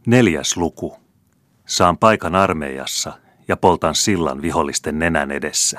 4. luku. Saan paikan armeijassa ja poltan sillan vihollisten nenän edessä.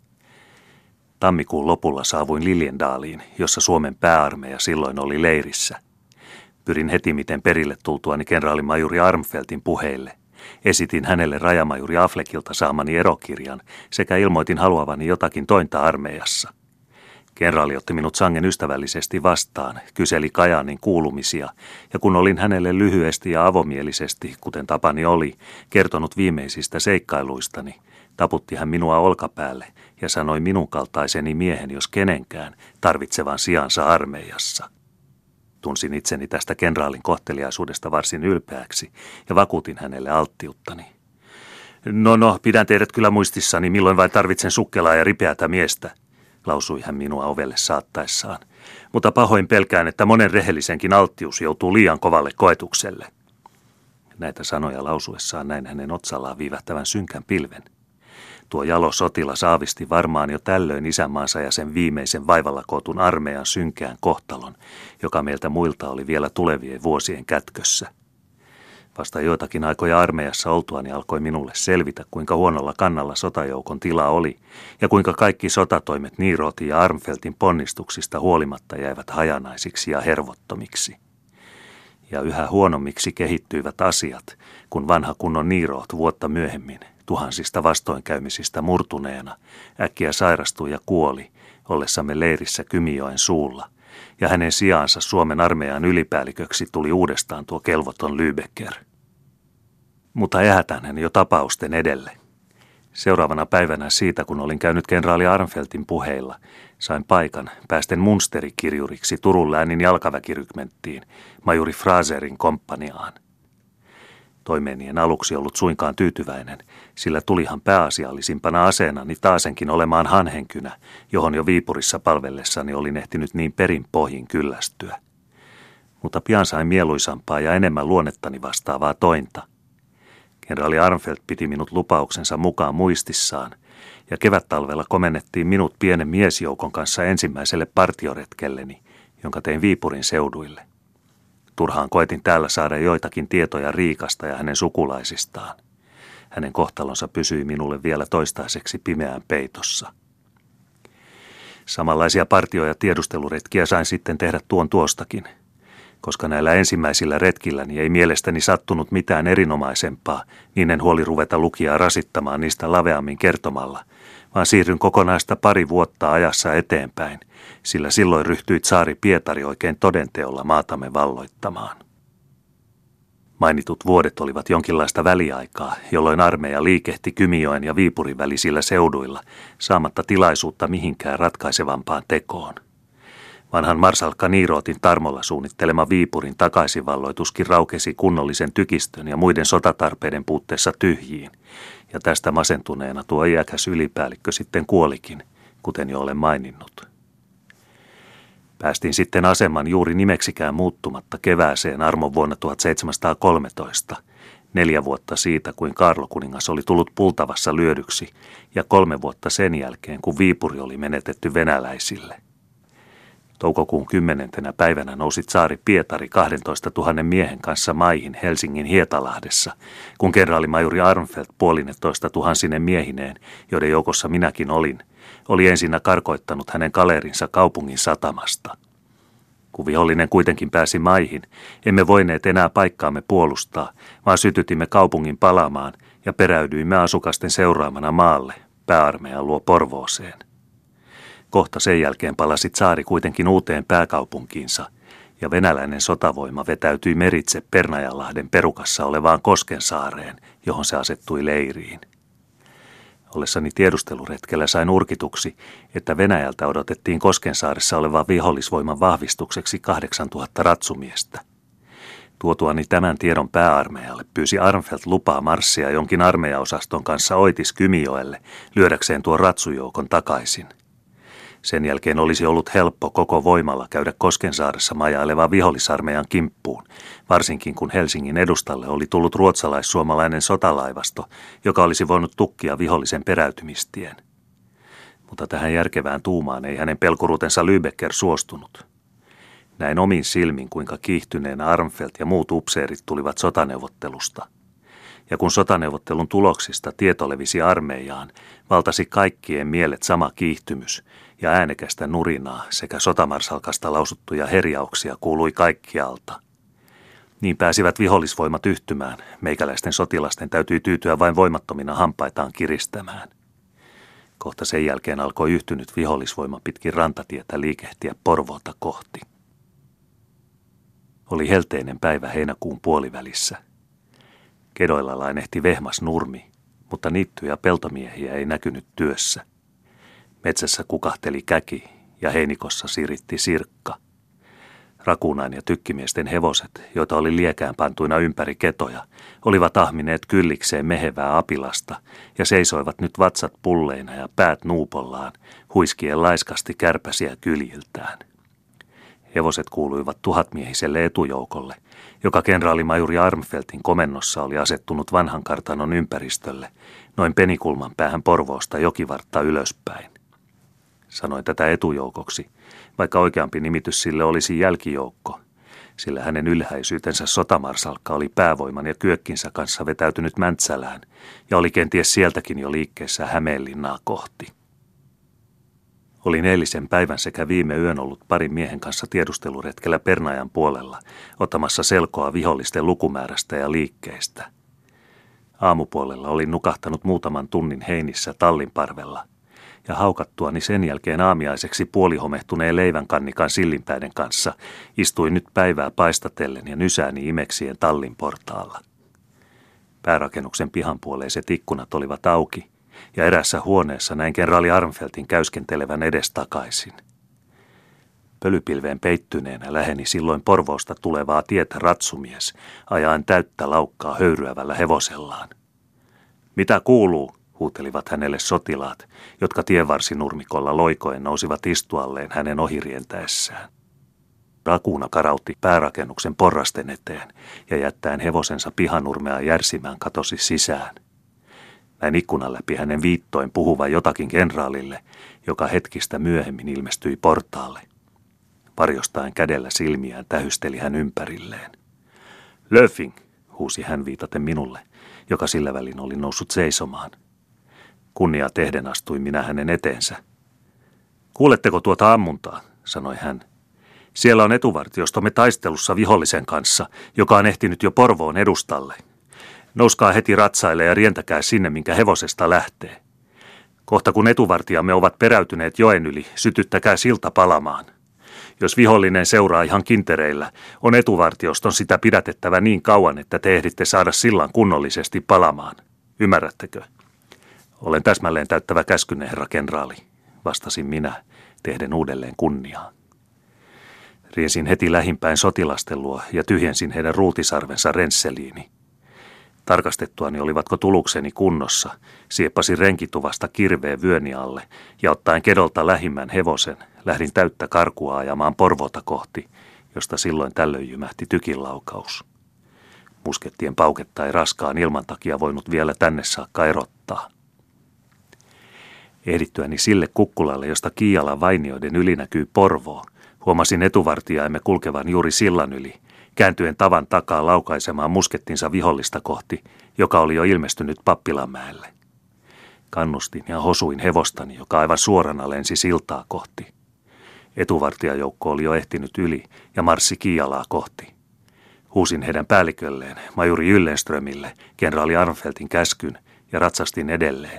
Tammikuun lopulla saavuin Liljendaaliin, jossa Suomen pääarmeija silloin oli leirissä. Pyrin hetimiten perille tultuani kenraalimajuri Armfeltin puheille. Esitin hänelle rajamajuri Affleckilta saamani erokirjan sekä ilmoitin haluavani jotakin tointa armeijassa. Kenraali otti minut sangen ystävällisesti vastaan, kyseli Kajaanin kuulumisia, ja kun olin hänelle lyhyesti ja avomielisesti, kuten tapani oli, kertonut viimeisistä seikkailuistani, taputti hän minua olkapäälle ja sanoi minun kaltaiseni miehen, jos kenenkään, tarvitsevan sijansa armeijassa. Tunsin itseni tästä kenraalin kohteliaisuudesta varsin ylpeäksi ja vakuutin hänelle alttiuttani. No, pidän teidät kyllä muistissani, milloin vain tarvitsen sukkelaa ja ripeätä miestä, lausui hän minua ovelle saattaessaan, mutta pahoin pelkään, että monen rehellisenkin alttius joutuu liian kovalle koetukselle. Näitä sanoja lausuessaan näin hänen otsallaan viivähtävän synkän pilven. Tuo jalo sotilas aavisti varmaan jo tällöin isänmaansa ja sen viimeisen vaivalla kootun armeijan synkään kohtalon, joka meiltä muilta oli vielä tulevien vuosien kätkössä. Vasta joitakin aikoja armeijassa oltuani alkoi minulle selvitä, kuinka huonolla kannalla sotajoukon tila oli ja kuinka kaikki sotatoimet Niirotin ja Armfeltin ponnistuksista huolimatta jäivät hajanaisiksi ja hervottomiksi. Ja yhä huonommiksi kehittyivät asiat, kun vanha kunnon Niirot vuotta myöhemmin, tuhansista vastoinkäymisistä murtuneena, äkkiä sairastui ja kuoli, ollessamme leirissä Kymijoen suulla, ja hänen sijaansa Suomen armeijan ylipäälliköksi tuli uudestaan tuo kelvoton Lübecker. Mutta ehätään hän jo tapausten edelle. Seuraavana päivänä siitä, kun olin käynyt kenraali Armfeltin puheilla, sain paikan päästen Munsterikirjuriksi Turun läänin jalkaväkirykmenttiin, majuri Fraserin komppaniaan. Toimeeni en aluksi ollut suinkaan tyytyväinen, sillä tulihan pääasiallisimpana aseenani taasenkin olemaan hanhenkynä, johon jo Viipurissa palvellessani olin ehtinyt niin perin pohjin kyllästyä. Mutta pian sain mieluisampaa ja enemmän luonnettani vastaavaa tointa. Kenraali Armfelt piti minut lupauksensa mukaan muistissaan, ja kevättalvella komennettiin minut pienen miesjoukon kanssa ensimmäiselle partioretkelleni, jonka tein Viipurin seuduille. Turhaan koetin täällä saada joitakin tietoja Riikasta ja hänen sukulaisistaan. Hänen kohtalonsa pysyi minulle vielä toistaiseksi pimeään peitossa. Samanlaisia partio- ja tiedusteluretkiä sain sitten tehdä tuostakin, koska näillä ensimmäisillä retkilläni ei mielestäni sattunut mitään erinomaisempaa, niin en huoli ruveta lukijaa rasittamaan niistä laveammin kertomalla, vaan siirryn kokonaista pari vuotta ajassa eteenpäin, sillä silloin ryhtyi tsaari Pietari oikein todenteolla maatamme valloittamaan. Mainitut vuodet olivat jonkinlaista väliaikaa, jolloin armeija liikehti Kymijoen ja Viipurin välisillä seuduilla, saamatta tilaisuutta mihinkään ratkaisevampaan tekoon. Vanhan marsalkka Niirotin tarmolla suunnittelema Viipurin takaisinvalloituskin raukesi kunnollisen tykistön ja muiden sotatarpeiden puutteessa tyhjiin, ja tästä masentuneena tuo iäkäs ylipäällikkö sitten kuolikin, kuten jo olen maininnut. Päästin sitten aseman juuri nimeksikään muuttumatta kevääseen armon vuonna 1713, 4 vuotta siitä, kuin Kaarlokuningas oli tullut Pultavassa lyödyksi, ja 3 vuotta sen jälkeen, kun Viipuri oli menetetty venäläisille. Toukokuun 10. päivänä nousi tsaari Pietari 12 000 miehen kanssa maihin Helsingin Hietalahdessa, kun kenraalimajuri Armfelt 1,5 tuhansine miehineen, joiden joukossa minäkin olin, oli ensinnä karkoittanut hänen kalerinsa kaupungin satamasta. Kun vihollinen kuitenkin pääsi maihin, emme voineet enää paikkaamme puolustaa, vaan sytytimme kaupungin palamaan ja peräydyimme asukasten seuraamana maalle, pääarmeijan luo Porvooseen. Kohta sen jälkeen palasi tsaari kuitenkin uuteen pääkaupunkiinsa, ja venäläinen sotavoima vetäytyi meritse Pernajanlahden perukassa olevaan Koskensaareen, johon se asettui leiriin. Ollessani tiedusteluretkellä sain urkituksi, että Venäjältä odotettiin Koskensaaressa olevan vihollisvoiman vahvistukseksi 8000 ratsumiestä. Tuotuani tämän tiedon pääarmeijalle pyysi Armfelt lupaa marssia jonkin armeijaosaston kanssa oitis Kymijoelle lyödäkseen tuon ratsujoukon takaisin. Sen jälkeen olisi ollut helppo koko voimalla käydä Koskensaaressa majailevan vihollisarmeijan kimppuun, varsinkin kun Helsingin edustalle oli tullut ruotsalais-suomalainen sotalaivasto, joka olisi voinut tukkia vihollisen peräytymistien. Mutta tähän järkevään tuumaan ei hänen pelkuruutensa Lübecker suostunut. Näin omin silmin, kuinka kiihtyneenä Armfeldt ja muut upseerit tulivat sotaneuvottelusta. Ja kun sotaneuvottelun tuloksista tieto levisi armeijaan, valtasi kaikkien mielet sama kiihtymys, ja äänekästä nurinaa sekä sotamarsalkasta lausuttuja herjauksia kuului kaikkialta. Niin pääsivät vihollisvoimat yhtymään, meikäläisten sotilasten täytyi tyytyä vain voimattomina hampaitaan kiristämään. Kohta sen jälkeen alkoi yhtynyt vihollisvoima pitkin rantatietä liikehtiä Porvoota kohti. Oli helteinen päivä heinäkuun puolivälissä. Kedoilla lainehti vehmas nurmi, mutta niitty- ja peltomiehiä ei näkynyt työssä. Metsässä kukahteli käki ja heinikossa siritti sirkka. Rakuunain ja tykkimiesten hevoset, joita oli liekään pantuina ympäri ketoja, olivat ahmineet kyllikseen mehevää apilasta ja seisoivat nyt vatsat pulleina ja päät nuupollaan, huiskien laiskasti kärpäsiä kyljiltään. Hevoset kuuluivat tuhatmiehiselle etujoukolle, joka kenraalimajuri Armfeltin komennossa oli asettunut vanhan kartanon ympäristölle, noin penikulman päähän Porvoosta jokivartta ylöspäin. Sanoin tätä etujoukoksi, vaikka oikeampi nimitys sille olisi jälkijoukko, sillä hänen ylhäisyytensä sotamarsalkka oli päävoiman ja kyökkinsä kanssa vetäytynyt Mäntsälään ja oli kenties sieltäkin jo liikkeessä Hämeenlinnaa kohti. Olin eilisen päivän sekä viime yön ollut parin miehen kanssa tiedusteluretkellä Pernajan puolella, ottamassa selkoa vihollisten lukumäärästä ja liikkeistä. Aamupuolella olin nukahtanut muutaman tunnin heinissä tallinparvella, ja haukattuani sen jälkeen aamiaiseksi puolihomehtuneen leivänkannikan sillinpäiden kanssa istuin nyt päivää paistatellen ja nysääni imeksien tallin portaalla. Päärakennuksen pihanpuoleiset ikkunat olivat auki, ja erässä huoneessa näin kenraali Armfeltin käyskentelevän edestakaisin. Pölypilveen peittyneenä läheni silloin Porvoosta tulevaa tietä ratsumies, ajaen täyttä laukkaa höyryävällä hevosellaan. "Mitä kuuluu?" huutelivat hänelle sotilaat, jotka tienvarsinurmikolla loikoen nousivat istualleen hänen ohirientäessään. Rakuuna karautti päärakennuksen porrasten eteen ja jättäen hevosensa pihanurmea järsimään katosi sisään. Näin ikkunan läpi hänen viittoin puhuva jotakin kenraalille, joka hetkistä myöhemmin ilmestyi portaalle. Varjostaen kädellä silmiään tähysteli hän ympärilleen. "Löfing!" huusi hän viitaten minulle, joka sillä välin oli noussut seisomaan. Kunnia tehden astuin minä hänen eteensä. "Kuuletteko tuota ammuntaa?" sanoi hän. "Siellä on etuvartiostomme taistelussa vihollisen kanssa, joka on ehtinyt jo Porvoon edustalle. Nouskaa heti ratsaille ja rientäkää sinne, minkä hevosesta lähtee. Kohta kun etuvartijamme ovat peräytyneet joen yli, sytyttäkää silta palamaan. Jos vihollinen seuraa ihan kintereillä, on etuvartioston sitä pidätettävä niin kauan, että te ehditte saada sillan kunnollisesti palamaan. Ymmärrättekö?" "Olen täsmälleen täyttävä käskynne, herra kenraali", vastasin minä, tehden uudelleen kunniaa. Riensin heti lähimpäin sotilasten luo ja tyhjensin heidän ruutisarvensa rensseliini. Tarkastettuani olivatko tulukseni kunnossa, sieppasin renkituvasta kirveen vyöni alle ja ottaen kedolta lähimmän hevosen, lähdin täyttä karkua ajamaan Porvoota kohti, josta silloin tällöin jymähti tykinlaukaus. Muskettien pauketta ei raskaan ilman takia voinut vielä tänne saakka erottaa. Ehdittyäni sille kukkulalle, josta Kiialan vainioiden yli näkyy Porvoo, huomasin etuvartijaimme kulkevan juuri sillan yli, kääntyen tavan takaa laukaisemaan muskettinsa vihollista kohti, joka oli jo ilmestynyt Pappilanmäelle. Kannustin ja hosuin hevostani, joka aivan suorana lensi siltaa kohti. Etuvartijajoukko oli jo ehtinyt yli ja marssi Kiialaa kohti. Huusin heidän päällikölleen, majuri Gyllenströmille, kenraali Armfeltin käskyn ja ratsastin edelleen.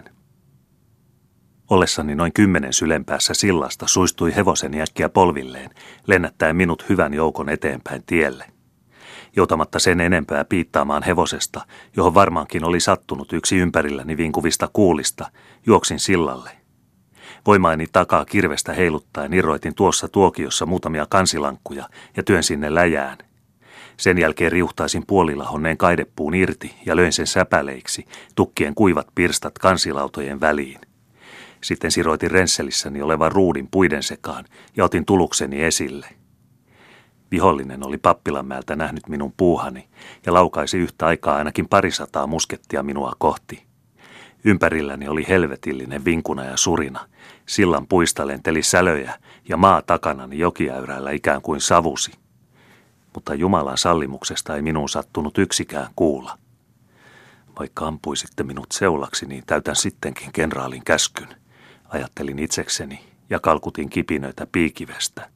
Ollessani noin 10 sylen päässä sillasta suistui hevoseni äkkiä polvilleen, lennättäen minut hyvän joukon eteenpäin tielle. Joutamatta sen enempää piittaamaan hevosesta, johon varmaankin oli sattunut yksi ympärilläni vinkuvista kuulista, juoksin sillalle. Voimaini takaa kirvestä heiluttaen irroitin tuossa tuokiossa muutamia kansilankkuja ja työnsin ne läjään. Sen jälkeen riuhtaisin puolilahonneen kaidepuun irti ja löin sen säpäleiksi, tukkien kuivat pirstat kansilautojen väliin. Sitten siroitin rensselissäni olevan ruudin puiden sekaan ja otin tulukseni esille. Vihollinen oli Pappilanmäeltä nähnyt minun puuhani ja laukaisi yhtä aikaa ainakin 200 muskettia minua kohti. Ympärilläni oli helvetillinen vinkuna ja surina. Sillan puista lenteli sälöjä ja maa takanani jokiäyrällä ikään kuin savusi. Mutta Jumalan sallimuksesta ei minuun sattunut yksikään kuula. Vaikka ampuisitte minut seulaksi, niin täytän sittenkin kenraalin käskyn, ajattelin itsekseni ja kalkutin kipinöitä piikivestä.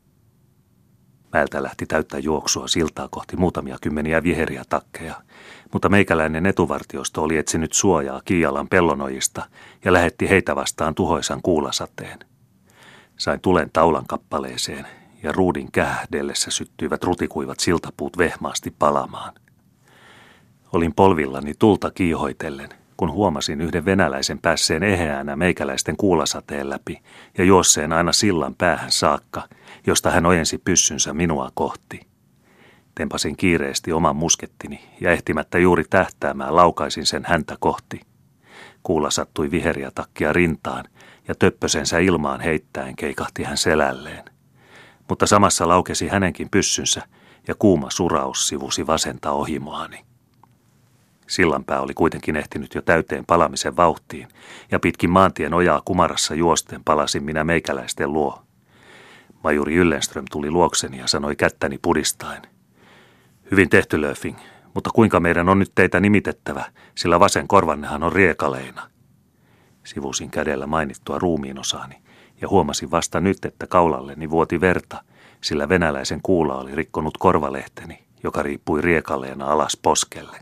Mäeltä lähti täyttä juoksua siltaa kohti muutamia kymmeniä viheriä takkeja, mutta meikäläinen etuvartiosto oli etsinyt suojaa Kiialan pellonojista ja lähetti heitä vastaan tuhoisan kuulasateen. Sain tulen taulan kappaleeseen ja ruudin kähdellessä syttyivät rutikuivat siltapuut vehmaasti palamaan. Olin polvillani tulta kiihoitellen, kun huomasin yhden venäläisen päässeen eheänä meikäläisten kuulasateen läpi ja juosseen aina sillan päähän saakka, josta hän ojensi pyssynsä minua kohti. Tempasin kiireesti oman muskettini ja ehtimättä juuri tähtäämään laukaisin sen häntä kohti. Kuula sattui viheriä takkia rintaan ja töppösensä ilmaan heittäen keikahti hän selälleen. Mutta samassa laukesi hänenkin pyssynsä ja kuuma suraus sivusi vasenta ohimoani. Sillanpää oli kuitenkin ehtinyt jo täyteen palamisen vauhtiin, ja pitkin maantien ojaa kumarassa juosten palasin minä meikäläisten luo. Majuri Gyllenström tuli luokseni ja sanoi kättäni pudistaen: "Hyvin tehty, Löfing, mutta kuinka meidän on nyt teitä nimitettävä, sillä vasen korvannehan on riekaleina?" Sivusin kädellä mainittua ruumiinosaani ja huomasin vasta nyt, että kaulalleni vuoti verta, sillä venäläisen kuula oli rikkonut korvalehteni, joka riippui riekaleena alas poskelle.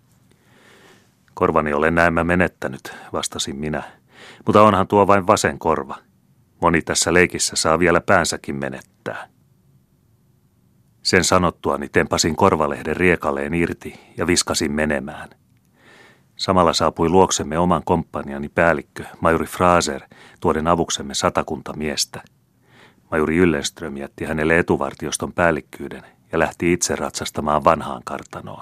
"Korvani olen näemmä menettänyt", vastasin minä, "mutta onhan tuo vain vasen korva. Moni tässä leikissä saa vielä päänsäkin menettää." Sen sanottuani tempasin korvalehden riekaleen irti ja viskasin menemään. Samalla saapui luoksemme oman komppaniani päällikkö, majuri Fraser, tuoden avuksemme 100 miestä. Majuri Gyllenström jätti hänelle etuvartioston päällikkyyden ja lähti itse ratsastamaan vanhaan kartanoon.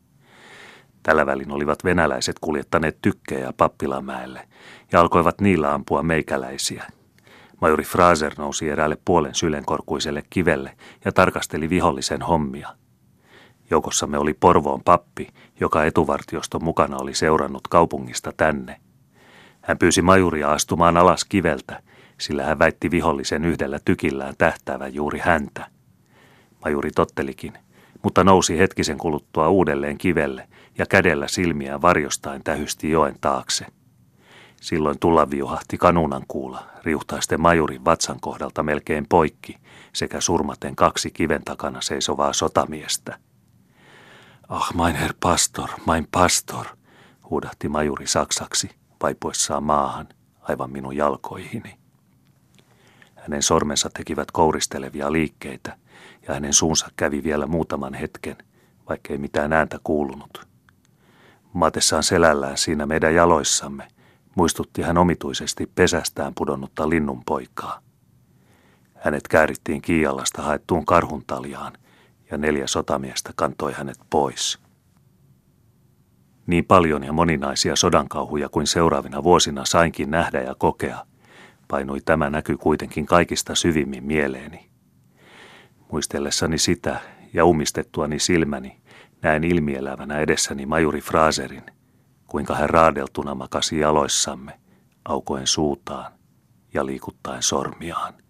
Tällä välin olivat venäläiset kuljettaneet tykkejä Pappilamäelle ja alkoivat niillä ampua meikäläisiä. Majuri Fraser nousi eräälle puolen sylenkorkuiselle kivelle ja tarkasteli vihollisen hommia. Joukossamme oli Porvoon pappi, joka etuvartioston mukana oli seurannut kaupungista tänne. Hän pyysi majuria astumaan alas kiveltä, sillä hän väitti vihollisen yhdellä tykillään tähtäävän juuri häntä. Majuri tottelikin, mutta nousi hetkisen kuluttua uudelleen kivelle ja kädellä silmiään varjostain tähysti joen taakse. Silloin tulla viuhahti kanunankuula, riuhtaisten majurin vatsan kohdalta melkein poikki, sekä surmaten 2 kiven takana seisovaa sotamiestä. "Ah, mein Herr Pastor, mein Pastor", huudahti majuri saksaksi, vaipuessaan maahan, aivan minun jalkoihini. Hänen sormensa tekivät kouristelevia liikkeitä, ja hänen suunsa kävi vielä muutaman hetken, vaikkei mitään ääntä kuulunut. Maatessaan selällään siinä meidän jaloissamme muistutti hän omituisesti pesästään pudonnutta linnunpoikaa. Hänet käärittiin Kiialasta haettuun karhuntaljaan, ja 4 sotamiestä kantoi hänet pois. Niin paljon ja moninaisia sodankauhuja kuin seuraavina vuosina sainkin nähdä ja kokea, painui tämä näky kuitenkin kaikista syvimmin mieleeni. Muistellessani sitä ja ummistettuani silmäni näen ilmielävänä edessäni majuri Fraserin, kuinka hän raadeltuna makasi jaloissamme, aukoen suutaan ja liikuttaen sormiaan.